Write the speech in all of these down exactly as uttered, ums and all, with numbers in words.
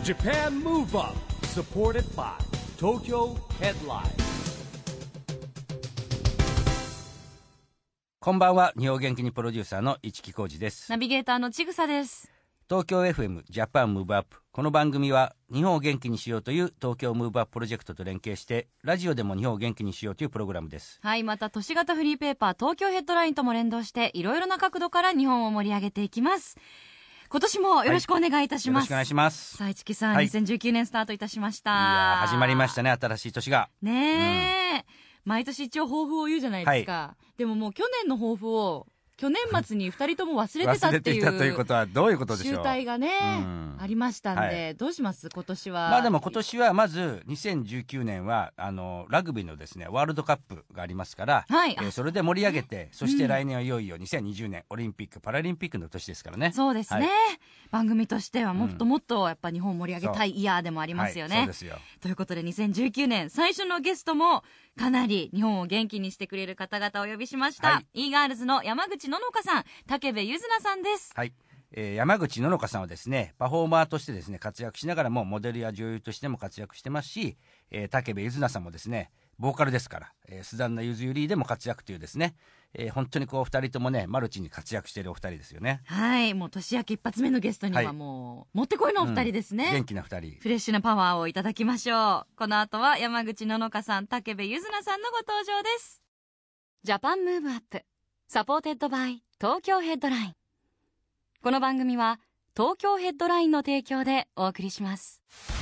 Japan Move Up supported by Tokyo Headline。 こんばんは。日本元気にプロデューサーの市木浩司です。 ナビゲーターのちぐさです。 東京 エフエム Japan Move Up、 この番組は日本を元気にしようという東京ムーブアッププロジェクトと連携してラジオでも日本を元気にしようというプログラムです。 はい、また都市型フリーペーパー東京ヘッドラインとも連動していろいろな角度から日本を盛り上げていきます。今年もよろしくお願いいたします。 はい、よろしくお願いします。 さあ市木さん、 はい、 にせんじゅうきゅうねんスタートいたしました。いや始まりましたね、新しい年がねえ、うん、毎年一応抱負を言うじゃないですか、はい、でももう去年の抱負を去年末にふたりとも忘れてたっていう忘れていたということはどういうことでしょう。 集大がね、うん、ありましたんで、はい、どうします今年は。 まあでも今年はまずにせんじゅうきゅうねんはあのラグビーのですねワールドカップがありますから、はい、えー、それで盛り上げて、ね、そして来年はいよいよにせんにじゅうねんオリンピックパラリンピックの年ですからね。 そうですね、はい、番組としてはもっともっとやっぱ日本を盛り上げたいイヤーでもありますよね、 はい、そうですよ。 ということでにせんじゅうきゅうねん最初のゲストもかなり日本を元気にしてくれる方々をお呼びしました、はい、e ガールズの山口ののかさん、武部ゆずなさんです。 はい、えー、山口ののかさんはですねパフォーマーとしてですね活躍しながらもモデルや女優としても活躍してますし、えー、武部ゆずなさんもですねボーカルですから、えー、スザンナゆずゆりでも活躍というですね、えー、本当にこう二人ともねマルチに活躍しているお二人ですよね。 はい、もう年明け一発目のゲストにはもう、もってこいのお二人ですね、うん、 元気な二人、 フレッシュなパワーをいただきましょう。この後は山口ののかさん、武部ゆずなさんのご登場です。ジャパンムーブアップサポーテッドバイ東京ヘッドライン。この番組は東京ヘッドラインの提供でお送りします。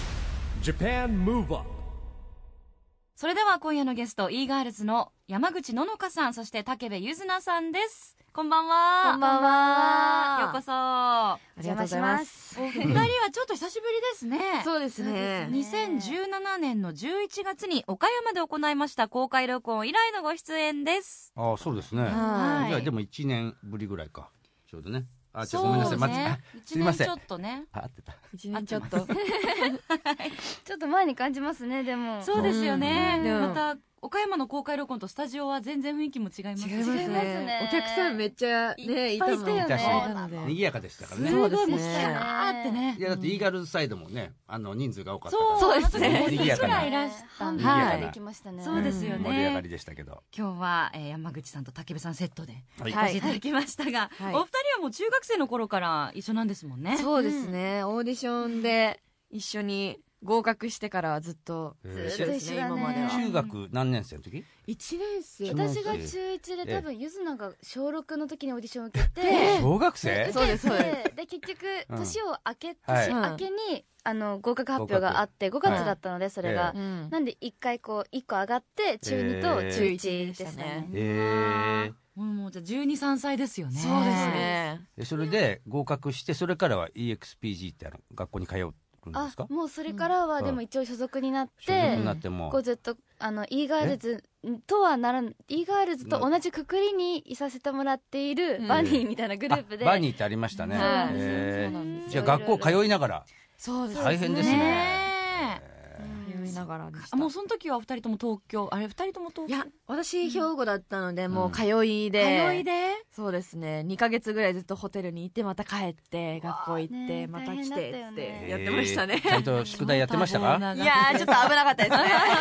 Japan Move Up。 それでは今夜のゲスト e ガールズの山口ののかさん、そして武部ゆずなさんです。こんばんは。 こんばんは。 ようこそ。 ありがとうございます。 お二人はちょっと久しぶりですね。 そうですね。 にせんじゅうななねんのじゅういちがつに岡山で行いました公開録音以来のご出演です。 ああ、そうですね。はい。じゃあでもいちねんぶりぐらいか。ちょうどね。あ、じゃあごめんなさい。まず、すみません。 いちねんちょっとね。 あ、合ってた。 いちねんちょっと。ちょっと前に感じますね、でも。 そうですよね。また岡山の公開録音とスタジオは全然雰囲気も違います。 違いますね。お客さんめっちゃねいたもんね。 賑やかでしたからね。 そうですね。あってね。 いやだって e ガールズサイドもね、あの人数が多かったから。そうですね。 賑やかな。 いらしたんで。 はい。行きましたね。 そうですよね。 盛り上がりでしたけど。 今日は山口さんと武部さんセットでお越しいただきましたが、お二人はもう中学生の頃から一緒なんですもんね。 そうですね。オーディションで一緒に合格してからはずっと一緒ですね、今までは。 中学何年生の時？ いちねんせい。 私が中いちで多分ゆずながしょうろくの時にオーディションを受けて、 小学生？ そうですそうです。で結局年を明け年明けにあの合格発表があってごがつだったので、それがなんで一回こういっこ上がって中にと中いちですね。 へえ。 もうじゃあじゅうに、さんさいですよね。 そうですね。 それで合格して、それからは イーエックスピージー ってあの学校に通う。 あ、もうそれからはでも一応所属になって、 所属になってもこうずっとあの e ガールズとはならん e ガールズと同じくくりにいさせてもらっているバニーみたいなグループで、 バニーってありましたね。じゃあ学校通いながら。 そうです。 大変ですね。 通いながらでした。 もうその時はお二人とも東京、あれ二人とも東京。 いや、私兵庫だったのでもう通いで。 通いで。 そうですね。にかげつぐらいずっとホテルにいて、また帰って学校行ってまた来てってやってましたね。 ちゃんと宿題やってましたか？ いやーちょっと危なかったですね。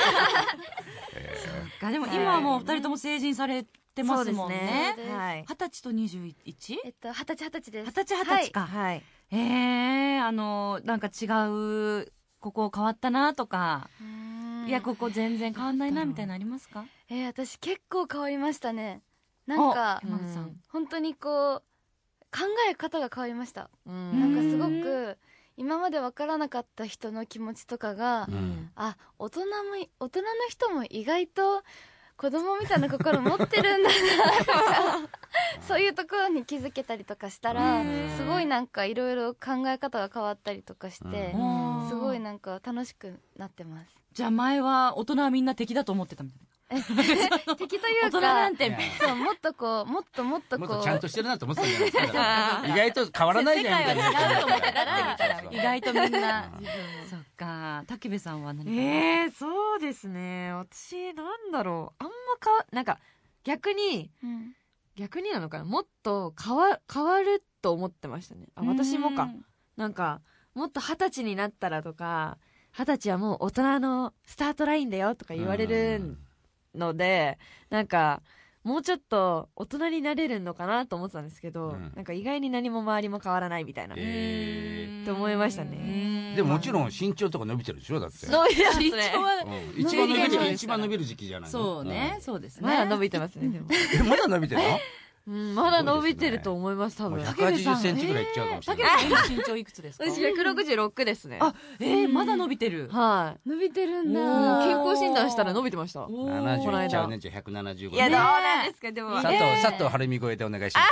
でも今はもう二人とも成人されてますもんね。 はい。 二十歳と二十一？ えっと二十歳二十歳です。 二十歳二十歳か。 はい。 ええ、あのなんか違うここ変わったなとか、いやここ全然変わんないなみたいなのありますか？ えー、私結構変わりましたね。なんか本当にこう考え方が変わりました。なんかすごく今まで分からなかった人の気持ちとかが、うん、あ、大人も大人の人も意外と子供みたいな心持ってるんだなとかそういうところに気づけたりとかしたらすごいなんかいろいろ考え方が変わったりとかしてすごいなんか楽しくなってます。 じゃあ前は大人はみんな敵だと思ってたみたいな。 敵というか、大人なんてそうもっとこうもっともっとこうもっとちゃんとしてるなと思ってたんじゃないですか。意外と変わらないじゃんみたいな。 意外とみんな。そっか。武部さんは何か？ えー、そうですね。私なんだろう。あんまかわなんか逆に、うん、逆になのかな。もっと変わ変わると思ってましたね。あ、私もか。なんかもっと二十歳になったらとか、二十歳はもう大人のスタートラインだよとか言われるので、なんかもうちょっと大人になれるのかなと思ってたんですけど、うん、なんか意外に何も周りも変わらないみたいな、えー、と思いましたね。 でももちろん身長とか伸びてるでしょ、だって伸びてますね。 身長は、うん、一番伸びる一番伸びる時期じゃないの。 そうね、うん、そうですね。 まだ伸びてますね。でもえ、まだ伸びてるの？ うん、まだ伸びてると思います、多分。 ひゃくはちじゅっセンチぐらいいっちゃうかもしれない。 竹部さん身長いくつですか？ 私ひゃくろくじゅうろくですね。 あ、えー、まだ伸びてる。 はい。 伸びてるんだ。 健康診断したら伸びてました。 ななじゅういっちゃうね。じゃあひゃくななじゅうご。 いや、どうなんですか、でも。 佐藤、佐藤晴美超えでお願いします。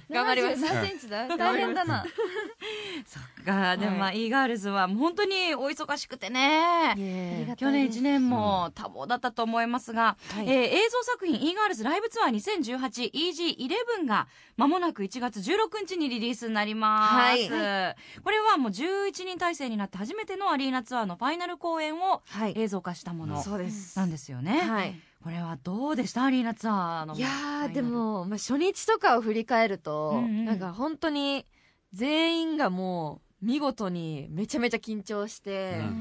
頑張ります。 何センチだ？大変だな。 そっか、でもまあ、イーガールズは本当にお忙しくてね。去年いちねんも多忙だったと思いますが、えー、映像作品イーガールズライブツアーにせんじゅうはち イージーイレブン がまもなくいちがつじゅうろくにちにリリースになります。はい、これはもうじゅういちにん体制になって初めてのアリーナツアーのファイナル公演を映像化したものなんですよね。はい、これはどうでした？アリーナツアーの。 いやー、でも、まあ、初日とかを振り返ると、うんうん、なんか本当に全員がもう見事にめちゃめちゃ緊張して、うん、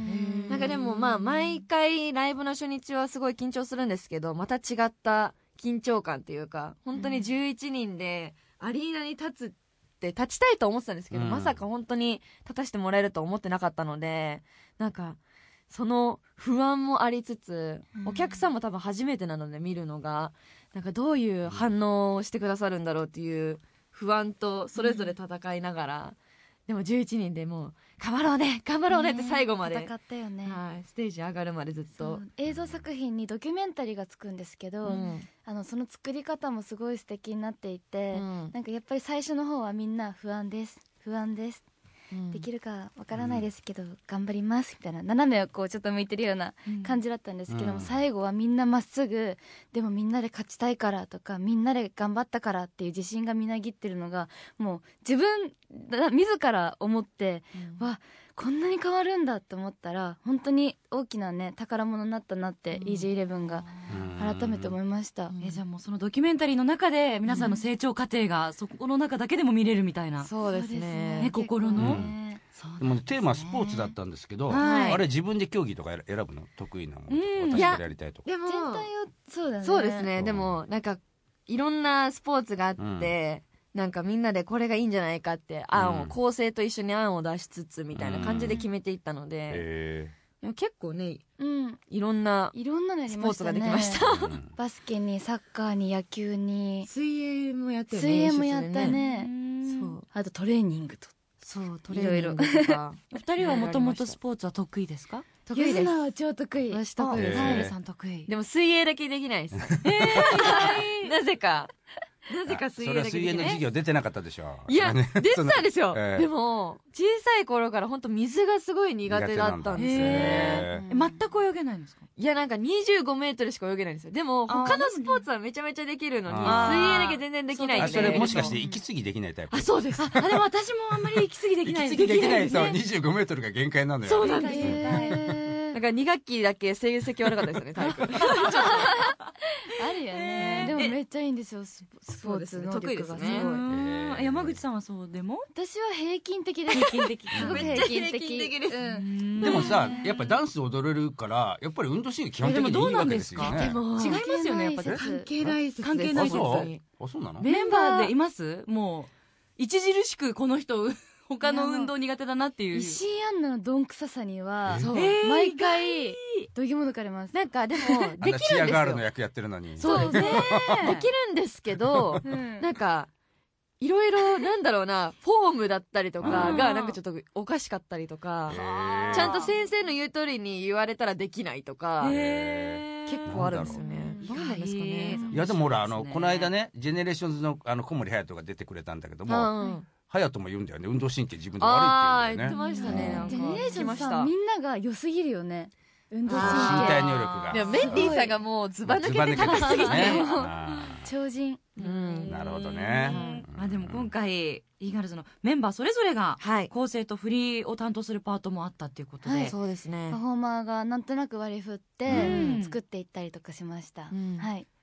なんかでもまあ毎回ライブの初日はすごい緊張するんですけど、また違った緊張感っていうか、本当にじゅういちにんでアリーナに立つって立ちたいと思ってたんですけど、うん、まさか本当に立たせてもらえると思ってなかったので、なんかその不安もありつつ、お客さんも多分初めてなので見るのが、なんかどういう反応をしてくださるんだろうっていう不安とそれぞれ戦いながら、うん、でもじゅういちにんでもう頑張ろうね頑張ろうねって最後まで、 ね、戦ったよね、 はい、ステージ上がるまでずっと。 映像作品にドキュメンタリーがつくんですけど、うん、あのその作り方もすごい素敵になっていて、うん、なんかやっぱり最初の方はみんな不安です不安ですうん、できるかわからないですけど、うん、頑張りますみたいな、斜めをこうちょっと向いてるような感じだったんですけども、うん、最後はみんなまっすぐ、でもみんなで勝ちたいからとか、みんなで頑張ったからっていう自信がみなぎってるのが、もう自分自ら思って、うん、わこんなに変わるんだって思ったら、本当に大きなね宝物になったなって、うん、イージーイレブン が改めて思いました。 うん、えじゃあもうそのドキュメンタリーの中で皆さんの成長過程がそこの中だけでも見れるみたいな。 そうですね、 ね、心の、うんでも、ね、テーマはスポーツだったんですけど、はい、あれ自分で競技とか選ぶの得意なものとか、うん、私からやりたいとか。 でも全体をそうだね。 そうですね。でもなんかいろんなスポーツがあって、うん、なんかみんなでこれがいいんじゃないかって案を、うん、構成と一緒に案を出しつつみたいな感じで決めていったので、うん、結構ね、うん、いろんないろんなのやりましたね。 スポーツができました。 うん、バスケにサッカーに野球に水泳もやったよね。 水泳もやったね。 そう。 あとトレーニングと。 そうトレーニングとか。 二人はもともとスポーツは得意ですか？ 得意です。ゆずなは超得意。 私得意です。 タイルさん得意。 でも水泳だけできないです。えー、なぜか。なぜか水泳だけできない。 それは水泳の授業出てなかったでしょ。 いや、出てたんですよ。でも、小さい頃から本当水がすごい苦手だったんですよね。 全く泳げないんですか？ いや、なんかにじゅうごメートルしか泳げないんですよ。でも、他のスポーツはめちゃめちゃできるのに、水泳だけ全然できないんで。 それもしかして息継ぎできないタイプ？ あ、そうです。 あ、でも私もあんまり息継ぎできない。 息継ぎできないとにじゅうごメートルが限界なのよ。 そうなんです。なんかに学期だけ成績悪かったですよね、体育。 あるよね。でもめっちゃいいんですよ、スポーツ能力がすごい。 山口さんはそうでも？ 私は平均的です。 平均的。 すごく平均的です。 でもさ、やっぱりダンス踊れるから、やっぱり運動神経基本的にいいわけですよね。 でも違いますよね、やっぱり。 関係ない説。 関係ない説。 あ、そうなの？ メンバーでいます？もう著しくこの人他の運動苦手だなっていう。 石井アンナのどんくささには毎回どぎも抜かれます。 なんかでもできるんですよ。 チアガールの役やってるのに。 そうですね。できるんですけど、なんかいろいろなんだろうな、フォームだったりとかがなんかちょっとおかしかったりとか、ちゃんと先生の言う通りに言われたらできないとか結構あるんですよね。どうなんですかね。 いやでもほら、あのこの間ね、ジェネレーションズのあの小森隼人が出てくれたんだけども、隼人も言うんだよね、運動神経自分で悪いって言うんだよね。 ああ、言ってましたね。 ジェネレーションさ、みんなが良すぎるよね、運動神経。 身体能力が。 でもメンディーさんがもうズバ抜けて高すぎて、 超人。 なるほどね。 まあでも今回イーガールズのメンバーそれぞれが構成と振りを担当するパートもあったっていうことで、 そうですね。 パフォーマーがなんとなく割り振って作っていったりとかしました。はい。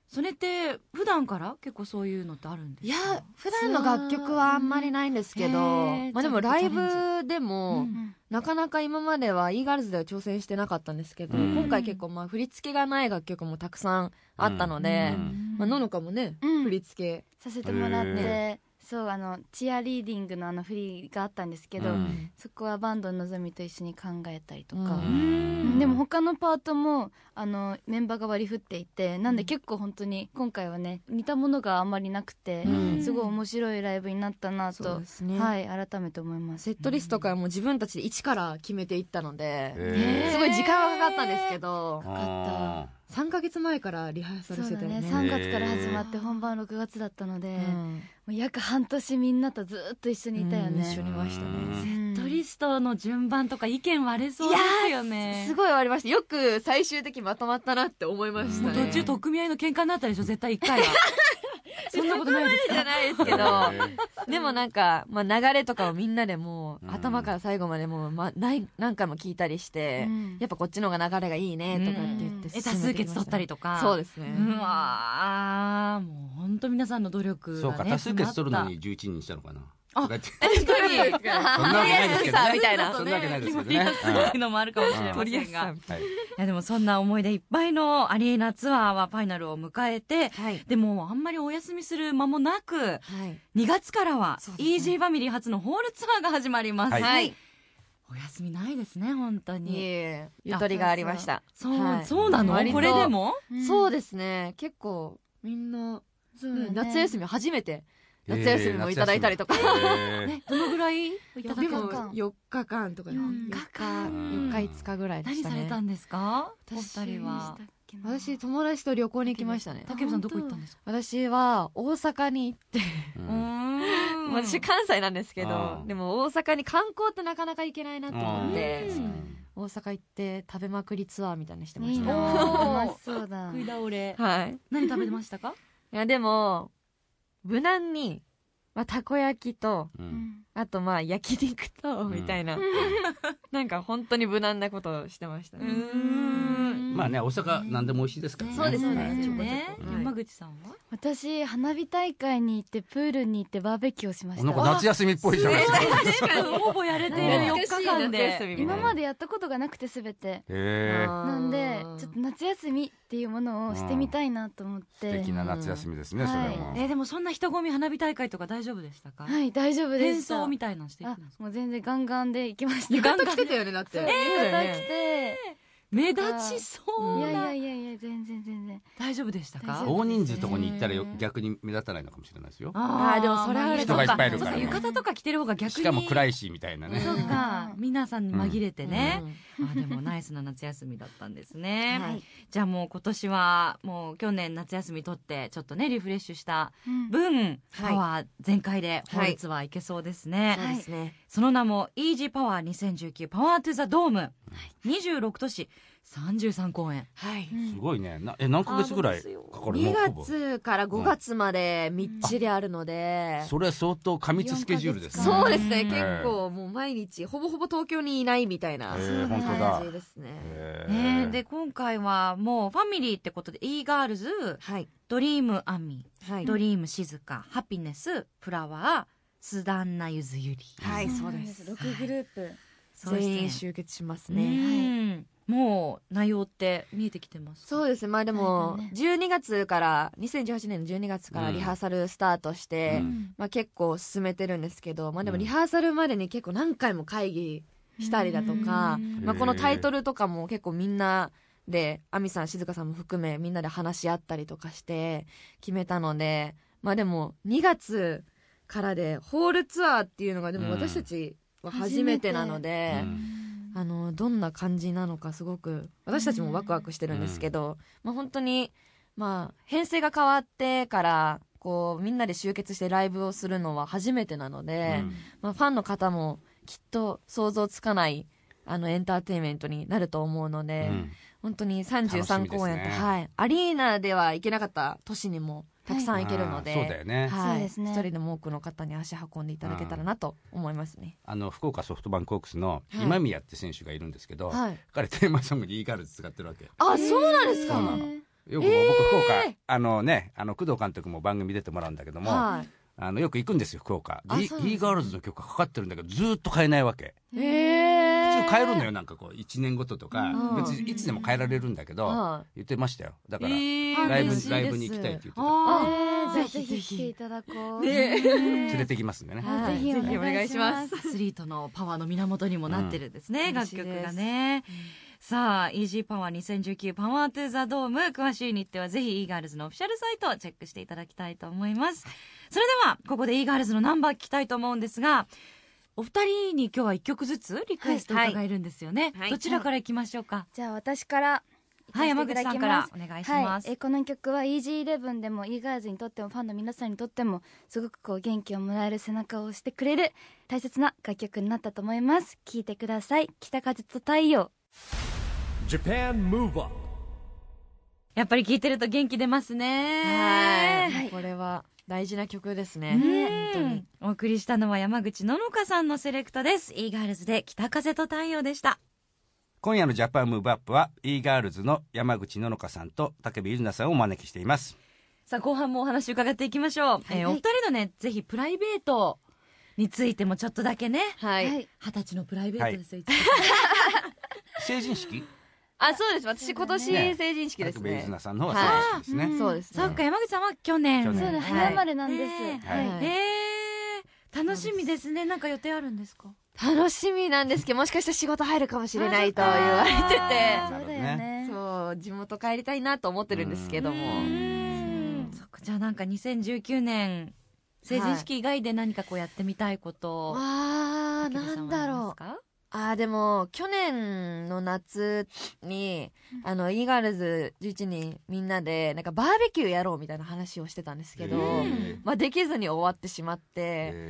それって普段から結構そういうのってあるんですか？ いや普段の楽曲はあんまりないんですけど、 へーまあ、でもライブでも、 うんなかなか今までは e ガールズでは挑戦してなかったんですけど、 うん今回結構まあ振り付けがない楽曲もたくさんあったので、 うんまあ、ののかもね、 うん振り付けさせてもらって、 へそうあのチアリーディングのあの振りがあったんですけど、 うんそこはバンドのぞみと一緒に考えたりとか、 うんうんでも他のパートもあのメンバーが割り振っていて、なんで結構本当に今回はね似たものがあんまりなくて、 うんすごい面白いライブになったなそうと、 ですね、 はい改めて思います。 セットリストからもう自分たちで一から決めていったので、 へーすごい時間はかかったんですけど、 あさんかげつまえからリハーサルそうだねしてたよね。 さんがつから始まって本番ろくがつだったので、 うもんう約半年みんなとずっと一緒にいたよね。 うん一緒にいましたね。 うんセットリストの順番とか意見割れそうですよね。 すごいありました。よく最終的にまとまったなって思いましたね。 もう途中取っ組み合いの喧嘩になったでしょ絶対一回は。そんなことないですじゃか？ ないですけど、でもなんか、まあ、流れとかをみんなでもう、 うん頭から最後までもう、ま、ない何回も聞いたりして、 うんやっぱこっちの方が流れがいいねとかって言ってえ多数決取ったりとか。 そうですね。 うわーもう本当皆さんの努力がね。 そうか、多数決取るの詰にじゅういちにんにしたのかな。 あとか言って確かに。 そんなわけないですけどね。 みたいなそんなわけないですけどね。 まったすごいのもあるかもしれまとりあえずせんが。いさみたいはいやでもそんな思い出いっぱいのアリーナツアーはファイナルを迎えて、 な。はい。 でもあんまりお休みする間もなく、 はい。 にがつからはそうですねイージー ファミリー初のホールツアーが始まります。 はいはい。 お休みないですね本当いに。 え、ゆとりがありました。 そう、 はいそうなの割とこれでも。 そうですね。結構、みんな、 そうだね夏休み初めて、夏休みもいただいたりとか。 へーね、どのぐらいいただでけたもよっかかんとか、 よっよっかかか、よっかいつかぐらいで何したね。 されたんですかお私二人は。 私、友達と旅行に行きましたね。 竹部さんどこ行ったんですか？ 私は大阪に行って、 ううんん私関西なんですけあど、 ーでも大阪に観光ってなかなか行けないなと思ってう、ん大阪行って食べまくりツアーみたいにしてまいいなしたね。 おー楽しそうだ。 食い倒れ。 はい。 何食べてましたか？ いや、でも、無難に、まあ、たこ焼きと、 ううんんあとまあ焼肉と、みたいな、なんか本当に無難なことをしてましたね。 んまあね、大阪何でも美味しいですからね。 そうですねはいちょこちょこねはい山口さんは？ 私花火大会に行ってプールに行ってバーベキューをしました。 なんか夏休みっぽいじゃないですか。 確かにほぼやれているよっかかんで。 今までやったことがなくてすべて。 へーなんでちょっと夏休みっていうものをしてみたいなと思っ素て敵。な夏休みですね、それも。 えーでもそんな人混み花火大会とか大丈夫でしたか？ はい大丈夫で変した。 装みたいなのしていくあんですか？ もう全然ガンガンで行きました。 ガンガン来てたよね、だって。 そう浴衣着て。 目立ちそういやいな。 やいやいや全然全然。 大丈夫でしたか？ 大丈夫大人数とこに行ったらよ逆に目立たないのかもしれないですよ。 ああーでもそれはある人がいっぱいいるからそうか浴衣とか着てる方が逆にしかも暗いしみたいなね。 そうか皆さんに紛れてね、 うんあでもナイスな夏休みだったんですね、 はいじゃあもう今年はもう去年夏休み取ってちょっとねリフレッシュしたうん分、 はいパワー全開でホールツアー行けそうですね、 そうですね。 その名もイージーパワーにせんじゅうきゅうパワートゥザドーム、にじゅうろく都市さんじゅうさん公演。 はい。 すごいね。なえ何ヶ月ぐらいかかるの？ にがほぼつからごがつまでみっちりあるので、 それは相当過密スケジュールですね。 そうですね、 うん結構もう毎日ほぼほぼ東京にいないみたいなへー本当だ感じですね。 へーね、で今回はもうファミリーってことで e ガールズ、 はい。 ドリームアミ、 はい。 ドリーム静香、ハピネス、フラワー、スダンナユズユリ。 はい、そうです。 六グループ。 そうですね全員集結しますうね。 んもう内容って見えてきてますか？ そうです。まあでもはいね、 じゅうにがつから、にせんじゅうはちねんのじゅうにがつからリハーサルスタートして、 うんまあ結構進めてるんですけど、まあでもうんリハーサルまでに結構何回も会議したりだとかう、んまあこのタイトルとかも結構みんなで、亜美さん、静香さんも含めみんなで話し合ったりとかして決めたので、まあでもにがつからでホールツアーっていうのがでも私たちは初めてなので、あのどんな感じなのかすごく私たちもワクワクしてるんですけど、まあ本当にまあ編成が変わってからこうみんなで集結してライブをするのは初めてなので、 うんまあ、ファンの方もきっと想像つかないあのエンターテインメントになると思うので、 うん本当にさんじゅうさん公演と、 楽しみですねはい、アリーナでは行けなかった年にもたくさん行けるので、 あーそうだよね。 はい、 そうですね一人でも多くの方に足運んでいただけたらなと思いますね。 あの福岡ソフトバンクホークスのはい今宮って選手がいるんですけど、 はい、 彼テーマソングに e ガールズ使ってるわけ。 あ、そうなんですか。 そうなのよく僕福岡、えー、あのねあの工藤監督も番組出てもらうんだけども、はい、あのよく行くんですよ福岡で。 E ガールズの曲がかかってるんだけどずっと変えないわけ。へー、普通変えるのよなんかこういちねんごととか、うん、別にいつでも変えられるんだけど、うん、言ってましたよ。だから、えー、ライブライブに行きたいって言ってた。 あ、ぜひぜひ来ていただこう、ね、 連れてきますんでね、 はい、ぜひお願いします。 アスリートのパワーの源にもなってるんですね、うん、楽曲がね、うん、さあ イージー パワーにせんじゅうきゅうパワートゥーザドーム、詳しい日程はぜひ e ガールズのオフィシャルサイトをチェックしていただきたいと思います。それではここで e ガールズのナンバー聞きたいと思うんですが、お二人に今日はいっきょくずつリクエスト伺えるんですよね、はいはい、どちらからいきましょうか。 じゃあ私からはい、山口さんからお願いします、 はい、えこの曲は イージーイレブン でも e ガールズにとってもファンの皆さんにとってもすごくこう元気をもらえる、背中を押してくれる大切な楽曲になったと思います。聴いてください。北風と太陽。 Japan Move Up。 やっぱり聴いてると元気出ますね。 はい、これは大事な曲ですね。本当にお送りしたのは山口ののかさんのセレクトです。 e ガールズで北風と太陽でした。 今夜のジャパンムーブアップは e ガールズの山口ののかさんと武部ゆずなさんをお招きしています。 さあ後半もお話伺っていきましょう、はい、えー、お二人のねぜひプライベートについてもちょっとだけね。はい、二十歳のプライベートですよ、はい、 成人式。 あ、そうです。私今年成人式ですね。 武部ゆずなさんの方が成人式ですね、 はい、うん、そうですね。 そっか、山口さんは去年。 そうです、早生まれなんです。 はい、はい、えー、楽しみですね。なんか予定あるんですか。 楽しみなんですけど、もしかしたら仕事入るかもしれないと言われてて、そうだよね。 そう、地元帰りたいなと思ってるんですけども。うん、 そっか、じゃあなんかにせんじゅうきゅうねん成人式以外で何かこうやってみたいこと、 はい、あー、なんだろう。あー、でも去年の夏にあの e ガールズじゅういちにんみんなでなんかバーベキューやろうみたいな話をしてたんですけど、まあ、できずに終わってしまって、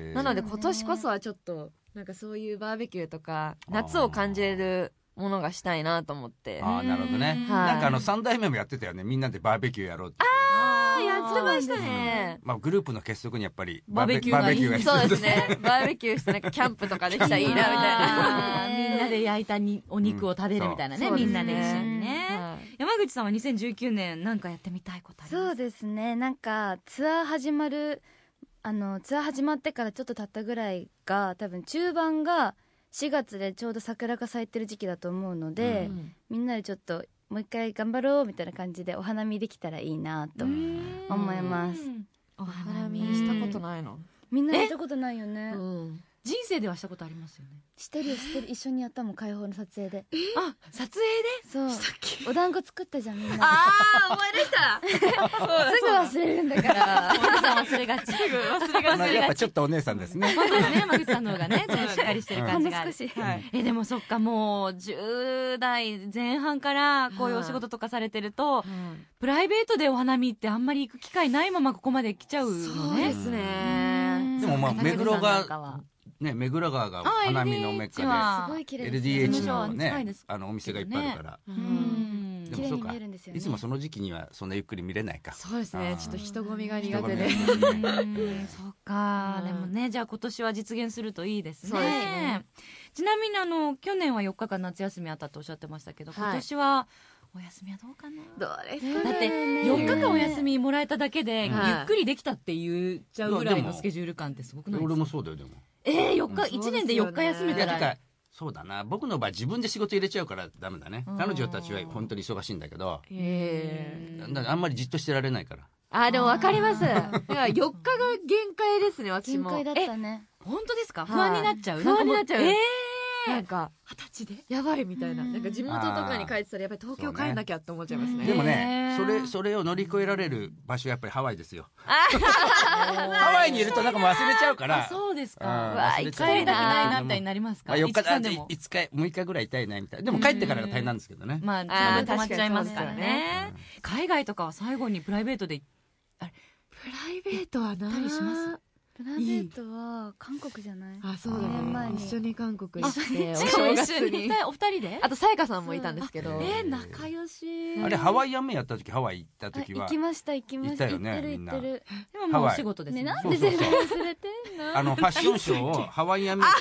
なので今年こそはちょっとなんかそういうバーベキューとか夏を感じれるものがしたいなと思って。 ああ、なるほどね、はい、なんかあのさん代目もやってたよね。みんなでバーベキューやろうって。 ああ、やってましたね。 まあ、グループの結束にやっぱりバーベキューがいい。 そうですね。バーベキューしてなんかキャンプとかできたらいいなみたいな。 みんなで焼いたにお肉を食べるみたいなね、うん、みんなで一緒にね、はい、山口さんはにせんじゅうきゅうねんなんかやってみたいことありますか。 そうですね、なんかツアー始まるあのツアー始まってからちょっと経ったぐらいが多分中盤がしがつでちょうど桜が咲いてる時期だと思うので、うん、みんなでちょっともう一回頑張ろうみたいな感じでお花見できたらいいなと思います。 お花見したことないの。 みんなやったことないよね、 うん、人生ではしたことありますよね。 してるよ、してる。一緒にやったもん、開放の撮影で。 あ、撮影で。 そう、お団子作ったじゃんみんなで。 ああ、思い出したすぐ忘れるんだからお姉さん忘れがち。すぐ忘れがち。 やっぱちょっとお姉さんですね。 本当ですね、山口さんの方がね、ちょっとしっかりしてる感じがある。 少し、 はい、えでもそっか、もうじゅう代前半からこういうお仕事とかされてると、プライベートでお花見ってあんまり行く機会ないままここまで来ちゃうのね。 そうですね。 でもまあ目黒がね、目黒川が花見のメッカで エルディーエイチ のね、あのお店がいっぱいあるから。でもそうか、いつもその時期にはそんなゆっくり見れないか。 そうですね、ちょっと人混みが苦手で。 そうか、でもね、じゃあ今年は実現するといいですね。ちなみにあの去年はよっかかん夏休みあったとおっしゃってましたけど、今年はお休みはどうかな。 どうですかね。 だってよっかかんお休みもらえただけでゆっくりできたって言っちゃうぐらいのスケジュール感ってすごくないですか。 俺もそうだよ。でもえー、よっか、いちねんでよっか休めたら。 そうだな、僕の場合自分で仕事入れちゃうからダメだね。彼女たちは本当に忙しいんだけど、えー、あんまりじっとしてられないから。 あ、でも分かります。だからよっかが限界ですね、私も。 限界だったね。 本当ですか。不安になっちゃう。 不安になっちゃう。えーなんか二十歳でやばいみたいな、なんか地元とかに帰ってたらやっぱり東京帰んなきゃって思っちゃいますね。 でもね、それそれを乗り越えられる場所はやっぱりハワイですよ。ハワイにいるとなんかもう忘れちゃうから。 そうですか。帰りたくないなみたいになりますか。 よっかいつかむいかぐらいいたいなみたいな。でも帰ってからが大変なんですけどね。 まあ止まっちゃいますからね。海外とかは最後にプライベートであれプライベートはなったりします。 プライベートは韓国じゃない。 あ、そうだね。一緒に韓国行ってお正月にお二人で。 あとさやかさんもいたんですけど。 え、仲良し。 あれハワイアンメやった時、ハワイ行った時は行きました行きました。 行ったよねみんな。でももうお仕事ですね。 なんで全部忘れてんの。 あのファッションショーをハワイアンメ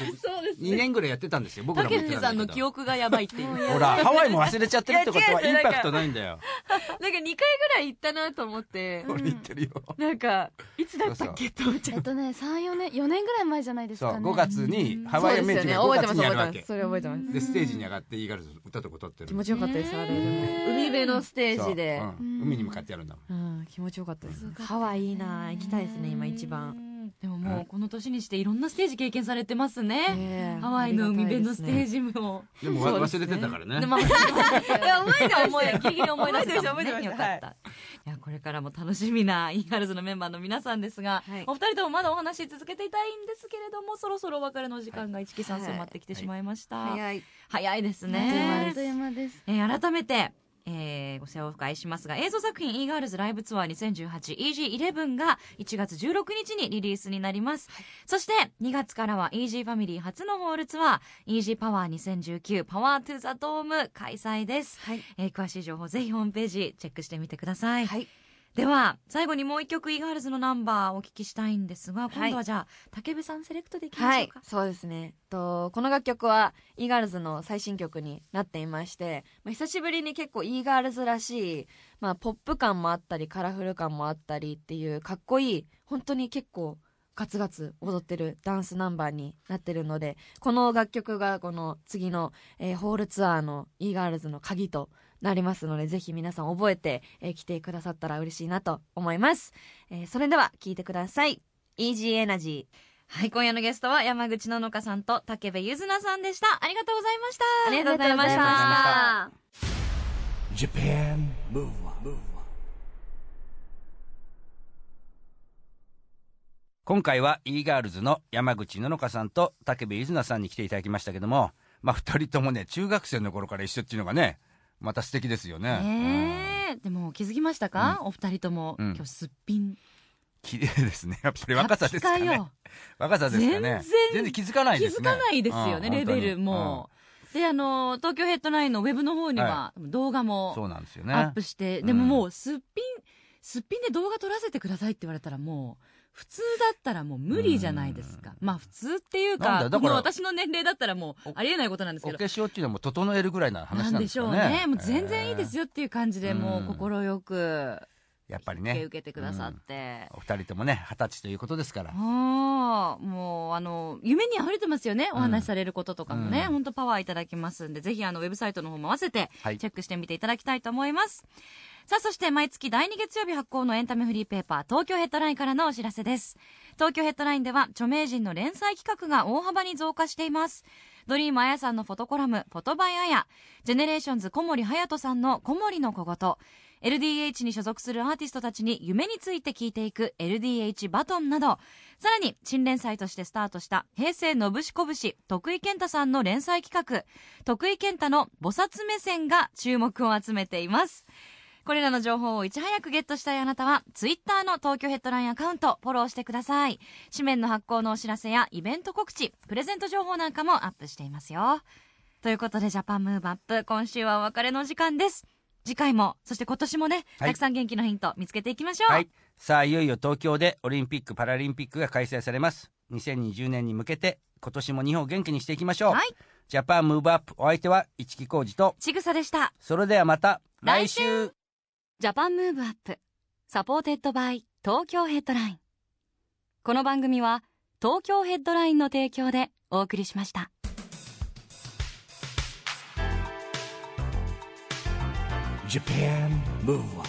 にねんぐらいやってたんですよ。僕らもたやってたんだけど。 けるさんの記憶がやばいっていう。 ほら、ハワイも忘れちゃってるってことはインパクトないんだよ。 なんかにかいぐらい行ったなと思って、 俺言ってるよ。 なんかいつだったっけと思っちゃう。 えっとねさんよねんよねんぐらい前じゃないですそう、 かね。 ごがつにハワイアンメイチがごがつにやるわけ。 それ覚えてます。 でステージに上がってイーガールズ歌とか歌ってる。 気持ちよかったですあれ。でも海辺のステージで、 そう、うん、海に向かってやるんだもん。 うん、気持ちよかったです。ハワイいいな、行きたいですね今一番。 でももうこの年にしていろんなステージ経験されてますね、 えー、 ハワイの海辺のステージも。 でも忘れてたからね。 でも覚えて思いギリギリ思い出せたもんね。よかった。いやこれからも楽しみなイーガールズのメンバーの皆さんですが、はい、お二人ともまだお話し続けていたいんですけれども、そろそろお別れの時間が一木さん迫ってきてしまいました。 はいはい、早い早いですね。 あっという間です。 えー、改めてえー、ご紹介しますが、映像作品 イーガールズ ライブツアーにせんじゅうはち イージーイレブン がいちがつじゅうろくにちにリリースになります、はい、そしてにがつからは イージー ファミリー初のホールツアー イージー パワーにせんじゅうきゅうパワートゥザドーム開催です、はい、えー、詳しい情報ぜひホームページチェックしてみてください、はい、では最後にもう一曲 イーガールズ のナンバーをお聞きしたいんですが、今度はじゃあ武部さんセレクトでいきましょうか。 はい、そうですね。とこの楽曲は イーガールズ の最新曲になっていまして、まあ、久しぶりに結構 イーガールズ らしい、まあ、ポップ感もあったりカラフル感もあったりっていうかっこいい、本当に結構ガツガツ踊ってるダンスナンバーになってるので、この楽曲がこの次の、えー、ホールツアーの イーガールズ の鍵となりますので、ぜひ皆さん覚えて、えー、来てくださったら嬉しいなと思います、えー、それでは聴いてください。 イージー エナジー。 はい、今夜のゲストは山口ののかさんと武部ゆずなさんでした。ありがとうございました。 ありがとうございました。 Japan Move Up。 今回は イーガールズ の山口ののかさんと武部ゆずなさんに来ていただきましたけども、まあふたりともね中学生の頃から一緒っていうのがねまた素敵ですよね。 ねえ、うん、でも気づきましたか、うん、お二人とも、うん、今日すっぴん綺麗ですね。やっぱり若さですかね。若さですかね。全然気づかないですね。 気づかないですよね、うん、レベルも、うん、であの東京ヘッドラインのウェブの方には動画もアップして、はい、でももうすっぴんすっぴんで動画撮らせてくださいって言われたらもう普通だったらもう無理じゃないですか。まあ普通っていうか、もう私の年齢だったらもうありえないことなんですけど、 お化粧っていうのはもう整えるぐらいな話なんですよね。 なんでしょうね。もう全然いいですよっていう感じで、もう心よくやっぱりね受けてくださって、 うん、お二人ともね二十歳ということですから、 あもうあの夢にあふれてますよね。お話しされることとかもね、本当、うん、パワーいただきますんで、ぜひあのウェブサイトの方も合わせてチェックしてみていただきたいと思います、はい。さあそして毎月だいに月曜日発行のエンタメフリーペーパー東京ヘッドラインからのお知らせです。東京ヘッドラインでは著名人の連載企画が大幅に増加しています。ドリームあやさんのフォトコラムフォトバイあや、ジェネレーションズ小森隼人さんの小森の小言、エルディーエイチ に所属するアーティストたちに夢について聞いていく エルディーエイチ バトンなど、さらに新連載としてスタートした平成のぶしこぶし徳井健太さんの連載企画徳井健太の菩薩目線が注目を集めています。これらの情報をいち早くゲットしたいあなたはツイッターの東京ヘッドラインアカウントフォローしてください。紙面の発行のお知らせやイベント告知、プレゼント情報なんかもアップしていますよ。ということでジャパンムーブアップ、今週はお別れの時間です。次回もそして今年もね、たくさん元気のヒント見つけていきましょう、はい、 さあいよいよ東京でオリンピック・パラリンピックが開催されます。にせんにじゅうねんに向けて今年も日本を元気にしていきましょう、はい、ジャパンムーブアップ、お相手は市木浩二とちぐさでした。 それではまた来週。 来週ジャパンムーブアップサポーテッドバイ東京ヘッドライン。この番組は東京ヘッドラインの提供でお送りしました。 Japan Move Up。